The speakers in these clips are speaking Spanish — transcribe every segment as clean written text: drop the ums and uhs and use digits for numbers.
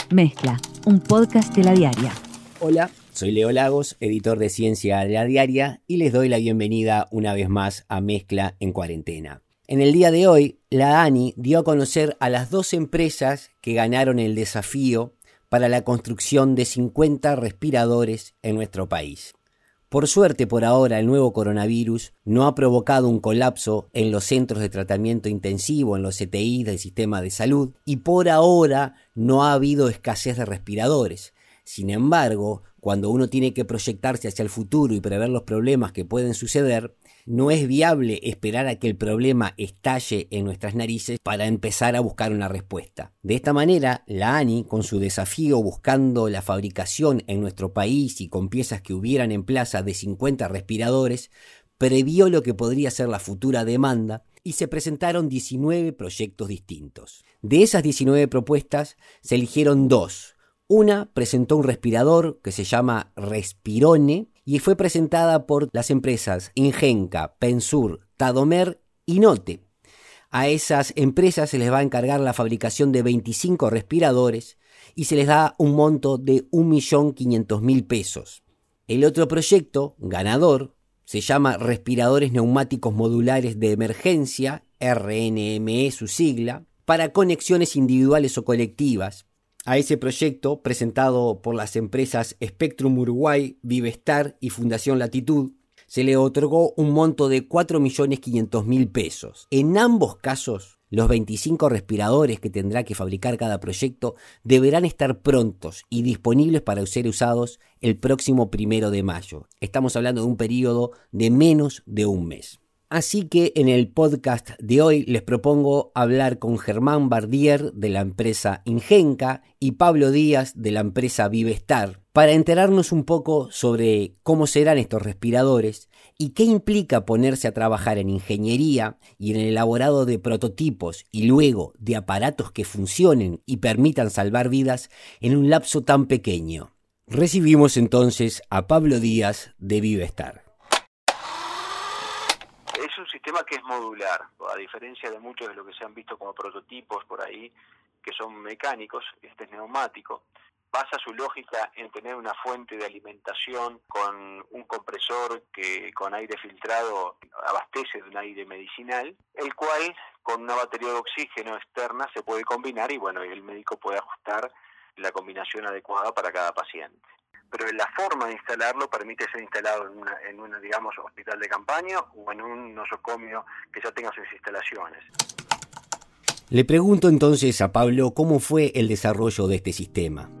Mezcla, un podcast de La Diaria. Hola, soy Leo Lagos, editor de Ciencia de La Diaria, y les doy la bienvenida una vez más a Mezcla en Cuarentena. En el día de hoy, la ANI dio a conocer a las 2 empresas que ganaron el desafío para la construcción de 50 respiradores en nuestro país. Por suerte, por ahora, el nuevo coronavirus no ha provocado un colapso en los centros de tratamiento intensivo, en los CTI del sistema de salud, y por ahora no ha habido escasez de respiradores. Sin embargo, cuando uno tiene que proyectarse hacia el futuro y prever los problemas que pueden suceder, no es viable esperar a que el problema estalle en nuestras narices para empezar a buscar una respuesta. De esta manera, la ANI, con su desafío buscando la fabricación en nuestro país y con piezas que hubieran en plaza de 50 respiradores, previó lo que podría ser la futura demanda y se presentaron 19 proyectos distintos. De esas 19 propuestas, se eligieron 2. Una presentó un respirador que se llama Respirone y fue presentada por las empresas Ingenca, Pensur, Tadomer y Note. A esas empresas se les va a encargar la fabricación de 25 respiradores y se les da un monto de 1.500.000 pesos. El otro proyecto, ganador, se llama Respiradores Neumáticos Modulares de Emergencia, RNME su sigla, para conexiones individuales o colectivas. A ese proyecto, presentado por las empresas Spectrum Uruguay, Vivestar y Fundación Latitud, se le otorgó un monto de 4.500.000 pesos. En ambos casos, los 25 respiradores que tendrá que fabricar cada proyecto deberán estar prontos y disponibles para ser usados el próximo 1 de mayo. Estamos hablando de un periodo de menos de un mes. Así que en el podcast de hoy les propongo hablar con Germán Bardier de la empresa Ingenca y Pablo Díaz de la empresa Vivestar para enterarnos un poco sobre cómo serán estos respiradores y qué implica ponerse a trabajar en ingeniería y en el elaborado de prototipos y luego de aparatos que funcionen y permitan salvar vidas en un lapso tan pequeño. Recibimos entonces a Pablo Díaz de Vivestar. Es un sistema que es modular, a diferencia de muchos de lo que se han visto como prototipos por ahí, que son mecánicos. Este es neumático. Basa su lógica en tener una fuente de alimentación con un compresor que con aire filtrado abastece de un aire medicinal, el cual con una batería de oxígeno externa se puede combinar y el médico puede ajustar la combinación adecuada para cada paciente. Pero la forma de instalarlo permite ser instalado en una digamos, hospital de campaña o en un nosocomio que ya tenga sus instalaciones. Le pregunto entonces a Pablo cómo fue el desarrollo de este sistema.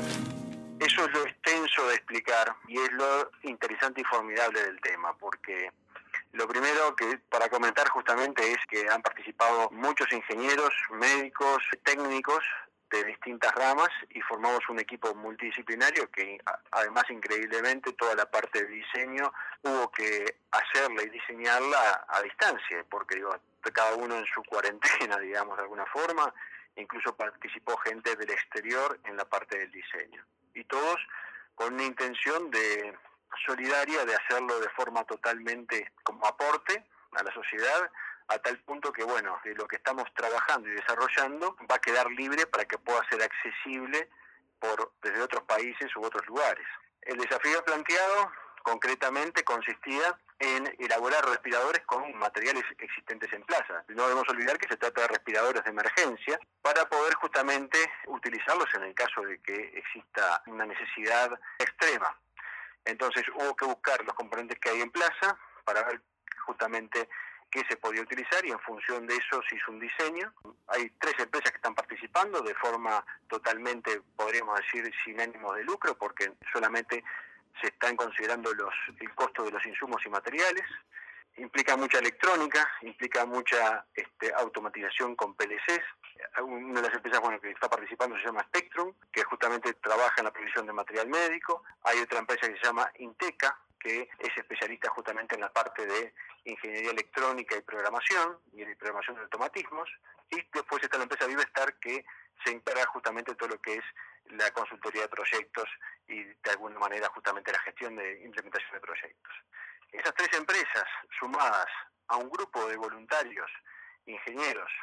Eso es lo extenso de explicar y es lo interesante y formidable del tema, porque lo primero que para comentar justamente es que han participado muchos ingenieros, médicos, técnicos de distintas ramas y formamos un equipo multidisciplinario que además increíblemente toda la parte de diseño hubo que hacerla y diseñarla a distancia, porque cada uno en su cuarentena, digamos de alguna forma, incluso participó gente del exterior en la parte del diseño y todos con una intención solidaria de hacerlo de forma totalmente como aporte a la sociedad, a tal punto que de lo que estamos trabajando y desarrollando va a quedar libre para que pueda ser accesible desde otros países u otros lugares. El desafío planteado concretamente consistía en elaborar respiradores con materiales existentes en plaza. No debemos olvidar que se trata de respiradores de emergencia para poder justamente utilizarlos en el caso de que exista una necesidad extrema. Entonces hubo que buscar los componentes que hay en plaza para ver justamente qué se podía utilizar y en función de eso se hizo un diseño. Hay 3 empresas que están participando de forma totalmente, podríamos decir, sin ánimos de lucro, porque solamente se están considerando el costo de los insumos y materiales. Implica mucha electrónica, implica mucha automatización con PLCs. Una de las empresas que está participando se llama Spectrum, que justamente trabaja en la provisión de material médico. Hay otra empresa que se llama Inteca, que es especialista justamente en la parte de ingeniería electrónica y programación de automatismos. Y después está la empresa Vivestar, que se encarga justamente de todo lo que es la consultoría de proyectos y de alguna manera justamente la gestión de implementación de proyectos. Esas 3 empresas, sumadas a un grupo de voluntarios, ingenieros,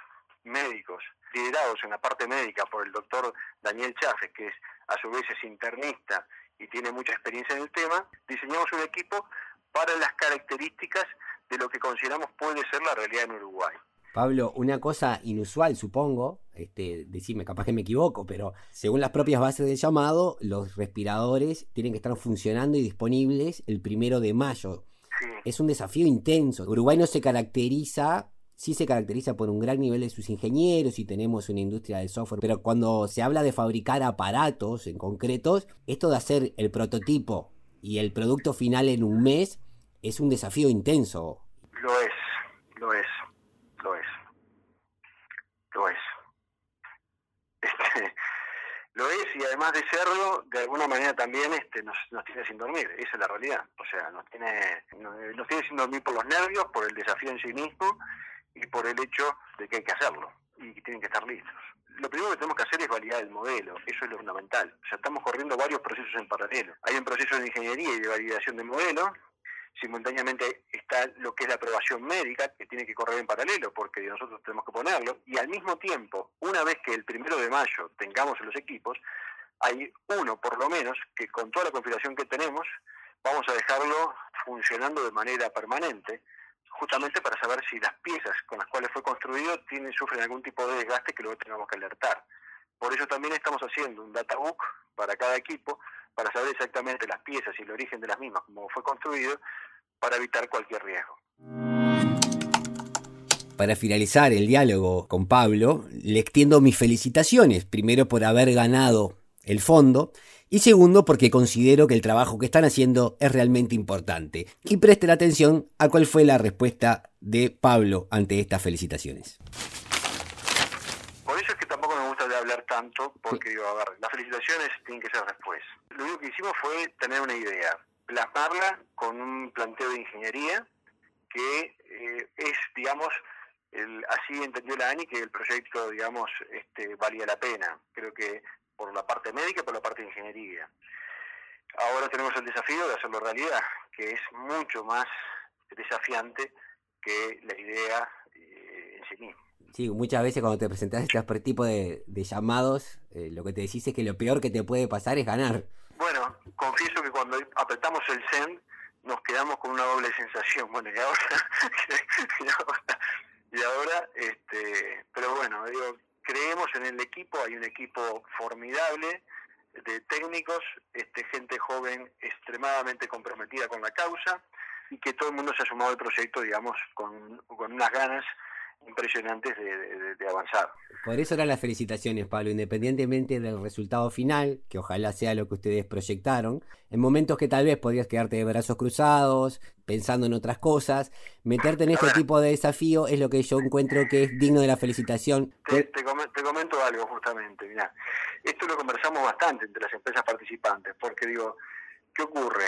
médicos, liderados en la parte médica por el doctor Daniel Chafes, que es a su vez es internista y tiene mucha experiencia en el tema, diseñamos un equipo para las características de lo que consideramos puede ser la realidad en Uruguay. Pablo, una cosa inusual, supongo, decime, capaz que me equivoco, pero según las propias bases del llamado, los respiradores tienen que estar funcionando y disponibles el 1 de mayo. Sí. Es un desafío intenso. Uruguay no se caracteriza, sí se caracteriza por un gran nivel de sus ingenieros y tenemos una industria del software, pero cuando se habla de fabricar aparatos en concretos, esto de hacer el prototipo y el producto final en un mes es un desafío intenso. Lo es. Lo es, y además de serlo, de alguna manera también nos tiene sin dormir. Esa es la realidad. O sea, nos tiene sin dormir por los nervios, por el desafío en sí mismo y por el hecho de que hay que hacerlo y que tienen que estar listos. Lo primero que tenemos que hacer es validar el modelo. Eso es lo fundamental. O sea, estamos corriendo varios procesos en paralelo. Hay un proceso de ingeniería y de validación de modelo. Simultáneamente está lo que es la aprobación médica, que tiene que correr en paralelo, porque nosotros tenemos que ponerlo, y al mismo tiempo, una vez que el 1 de mayo tengamos los equipos, hay uno por lo menos, que con toda la configuración que tenemos, vamos a dejarlo funcionando de manera permanente, justamente para saber si las piezas con las cuales fue construido sufren algún tipo de desgaste que luego tengamos que alertar. Por eso también estamos haciendo un databook para cada equipo, para saber exactamente las piezas y el origen de las mismas, cómo fue construido, para evitar cualquier riesgo. Para finalizar el diálogo con Pablo, le extiendo mis felicitaciones, primero por haber ganado el fondo y segundo porque considero que el trabajo que están haciendo es realmente importante. Y presten atención a cuál fue la respuesta de Pablo ante estas felicitaciones. Por eso es que tampoco me gusta de hablar tanto, porque digo, a ver, las felicitaciones tienen que ser después. Lo único que hicimos fue tener una idea, plasmarla con un planteo de ingeniería que es, digamos, así entendió la ANI que el proyecto, digamos, valía la pena. Creo que por la parte médica y por la parte de ingeniería. Ahora tenemos el desafío de hacerlo realidad, que es mucho más desafiante que la idea en sí misma. Sí, muchas veces cuando te presentás este tipo de llamados, lo que te decís es que lo peor que te puede pasar es ganar. Bueno, confieso que cuando apretamos el send nos quedamos con una doble sensación. Bueno, y ahora, pero bueno, digo, creemos en el equipo, hay un equipo formidable de técnicos, gente joven extremadamente comprometida con la causa y que todo el mundo se ha sumado al proyecto, digamos, con unas ganas impresionantes de avanzar. Por eso eran las felicitaciones, Pablo, independientemente del resultado final, que ojalá sea lo que ustedes proyectaron, en momentos que tal vez podrías quedarte de brazos cruzados, pensando en otras cosas, meterte en este tipo de desafío es lo que yo encuentro que es digno de la felicitación. Te comento algo justamente, mirá, esto lo conversamos bastante entre las empresas participantes, porque digo, ¿qué ocurre?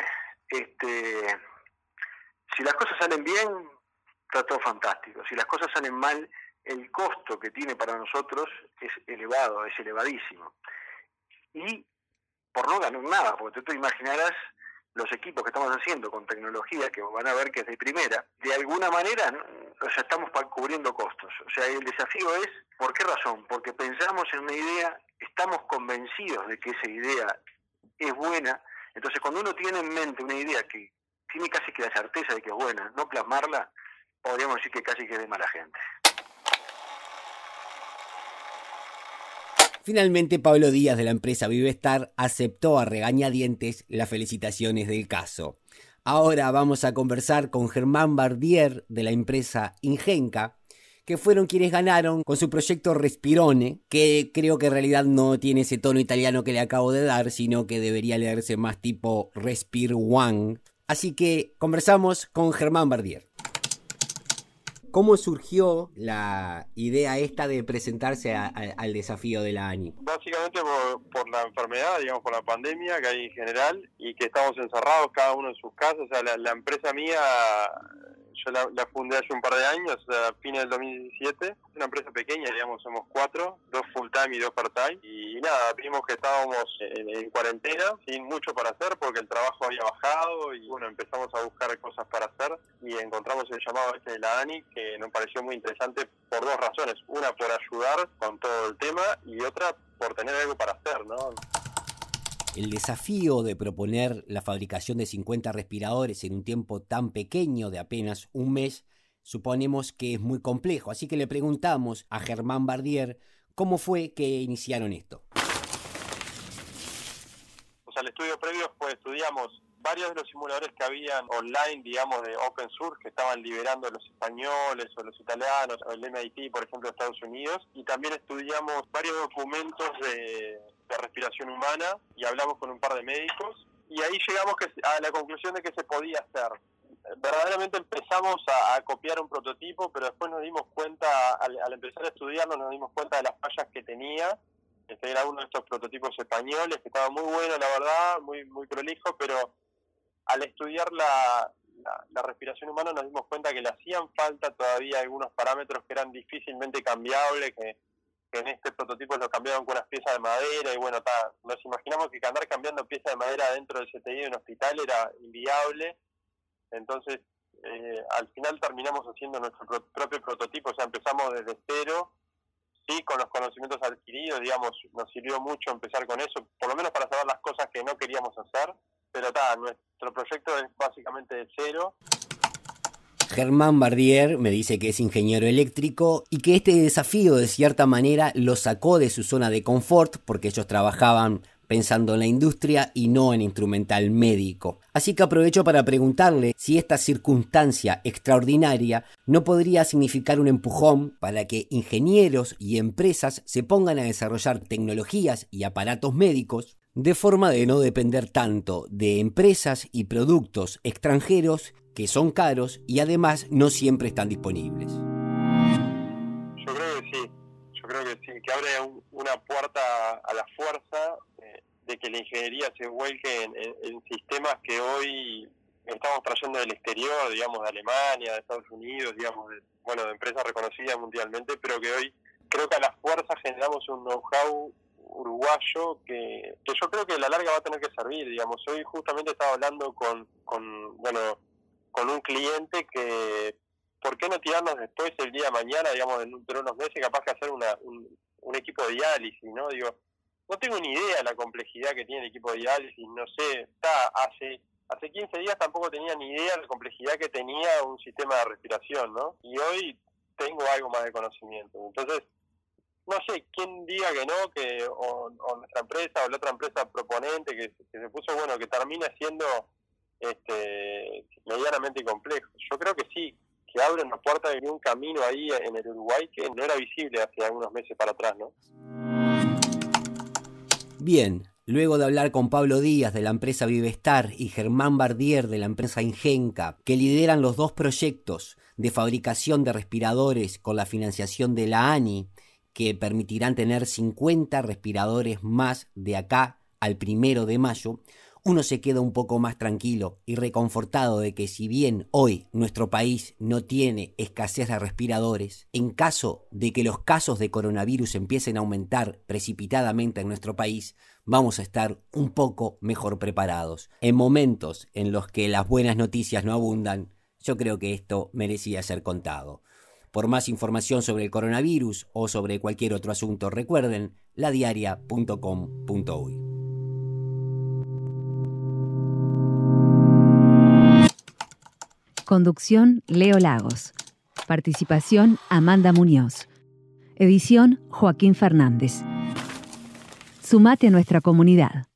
Si las cosas salen bien, está todo fantástico. Si las cosas salen mal, el costo que tiene para nosotros es elevado, es elevadísimo. Y por no ganar nada, porque tú te imaginarás los equipos que estamos haciendo con tecnología, que van a ver que es de primera, de alguna manera, o sea, estamos cubriendo costos. O sea, el desafío es, ¿por qué razón? Porque pensamos en una idea, estamos convencidos de que esa idea es buena, entonces cuando uno tiene en mente una idea que tiene casi que la certeza de que es buena, no plasmarla, podríamos decir que casi que es de mala gente. Finalmente, Pablo Díaz de la empresa Vivestar aceptó a regañadientes las felicitaciones del caso. Ahora vamos a conversar con Germán Bardier de la empresa Ingenca, que fueron quienes ganaron con su proyecto Respirone, que creo que en realidad no tiene ese tono italiano que le acabo de dar, sino que debería leerse más tipo Respir One. Así que conversamos con Germán Bardier. ¿Cómo surgió la idea esta de presentarse al desafío de la ANI? Básicamente por la enfermedad, digamos, por la pandemia que hay en general y que estamos encerrados cada uno en sus casas. O sea, la empresa mía Yo la fundé hace un par de años, a fines del 2017. Es una empresa pequeña, digamos, somos 4, 2 full time y 2 part time. Y nada, vimos que estábamos en cuarentena, sin mucho para hacer, porque el trabajo había bajado y bueno, empezamos a buscar cosas para hacer y encontramos el llamado de la ANI, que nos pareció muy interesante por 2 razones. Una, por ayudar con todo el tema, y otra, por tener algo para hacer, ¿no? El desafío de proponer la fabricación de 50 respiradores en un tiempo tan pequeño de apenas un mes, suponemos que es muy complejo. Así que le preguntamos a Germán Bardier cómo fue que iniciaron esto. O sea, el estudio previo estudiamos varios de los simuladores que habían online, digamos, de open source, que estaban liberando los españoles o los italianos, o el MIT, por ejemplo, de Estados Unidos, y también estudiamos varios documentos de respiración humana y hablamos con un par de médicos, y ahí llegamos a la conclusión de que se podía hacer. Verdaderamente empezamos a copiar un prototipo, pero después nos dimos cuenta, al empezar a estudiarlo, nos dimos cuenta de las fallas que tenía. Era uno de estos prototipos españoles, que estaba muy bueno, la verdad, muy, muy prolijo, pero al estudiar la respiración humana nos dimos cuenta que le hacían falta todavía algunos parámetros que eran difícilmente cambiables, que en este prototipo lo cambiaron con unas piezas de madera, y bueno, nos imaginamos que andar cambiando piezas de madera dentro del CTI de un hospital era inviable. Entonces, al final terminamos haciendo nuestro propio prototipo, o sea, empezamos desde cero, sí, con los conocimientos adquiridos, digamos, nos sirvió mucho empezar con eso, por lo menos para saber las cosas que no queríamos hacer, pero nuestro proyecto es básicamente de cero. Germán Bardier me dice que es ingeniero eléctrico y que este desafío de cierta manera lo sacó de su zona de confort, porque ellos trabajaban pensando en la industria y no en instrumental médico. Así que aprovecho para preguntarle si esta circunstancia extraordinaria no podría significar un empujón para que ingenieros y empresas se pongan a desarrollar tecnologías y aparatos médicos de forma de no depender tanto de empresas y productos extranjeros que son caros y además no siempre están disponibles. Yo creo que sí, que abre una puerta a la fuerza de que la ingeniería se vuelque en sistemas que hoy estamos trayendo del exterior, digamos, de Alemania, de Estados Unidos, digamos, de empresas reconocidas mundialmente, pero que hoy creo que a la fuerza generamos un know-how uruguayo que yo creo que a la larga va a tener que servir, digamos. Hoy justamente estaba hablando con un cliente que, ¿por qué no tirarnos después el día de mañana, digamos, dentro de unos meses, capaz que hacer un equipo de diálisis, ¿no? Digo, no tengo ni idea de la complejidad que tiene el equipo de diálisis, no sé, hace 15 días tampoco tenía ni idea de la complejidad que tenía un sistema de respiración, ¿no? Y hoy tengo algo más de conocimiento. Entonces, no sé quién diga que no, o nuestra empresa o la otra empresa proponente que se puso, que termina siendo medianamente complejo. Yo creo que sí, que abre una puerta de un camino ahí en el Uruguay que no era visible hace algunos meses para atrás, ¿no? Bien, luego de hablar con Pablo Díaz de la empresa Vivestar y Germán Bardier de la empresa Ingenca, que lideran los 2 proyectos de fabricación de respiradores con la financiación de la ANI, que permitirán tener 50 respiradores más de acá al 1 de mayo, uno se queda un poco más tranquilo y reconfortado de que si bien hoy nuestro país no tiene escasez de respiradores, en caso de que los casos de coronavirus empiecen a aumentar precipitadamente en nuestro país, vamos a estar un poco mejor preparados. En momentos en los que las buenas noticias no abundan, yo creo que esto merecía ser contado. Por más información sobre el coronavirus o sobre cualquier otro asunto, recuerden ladiaria.com.uy. Conducción, Leo Lagos. Participación, Amanda Muñoz. Edición, Joaquín Fernández. Sumate a nuestra comunidad.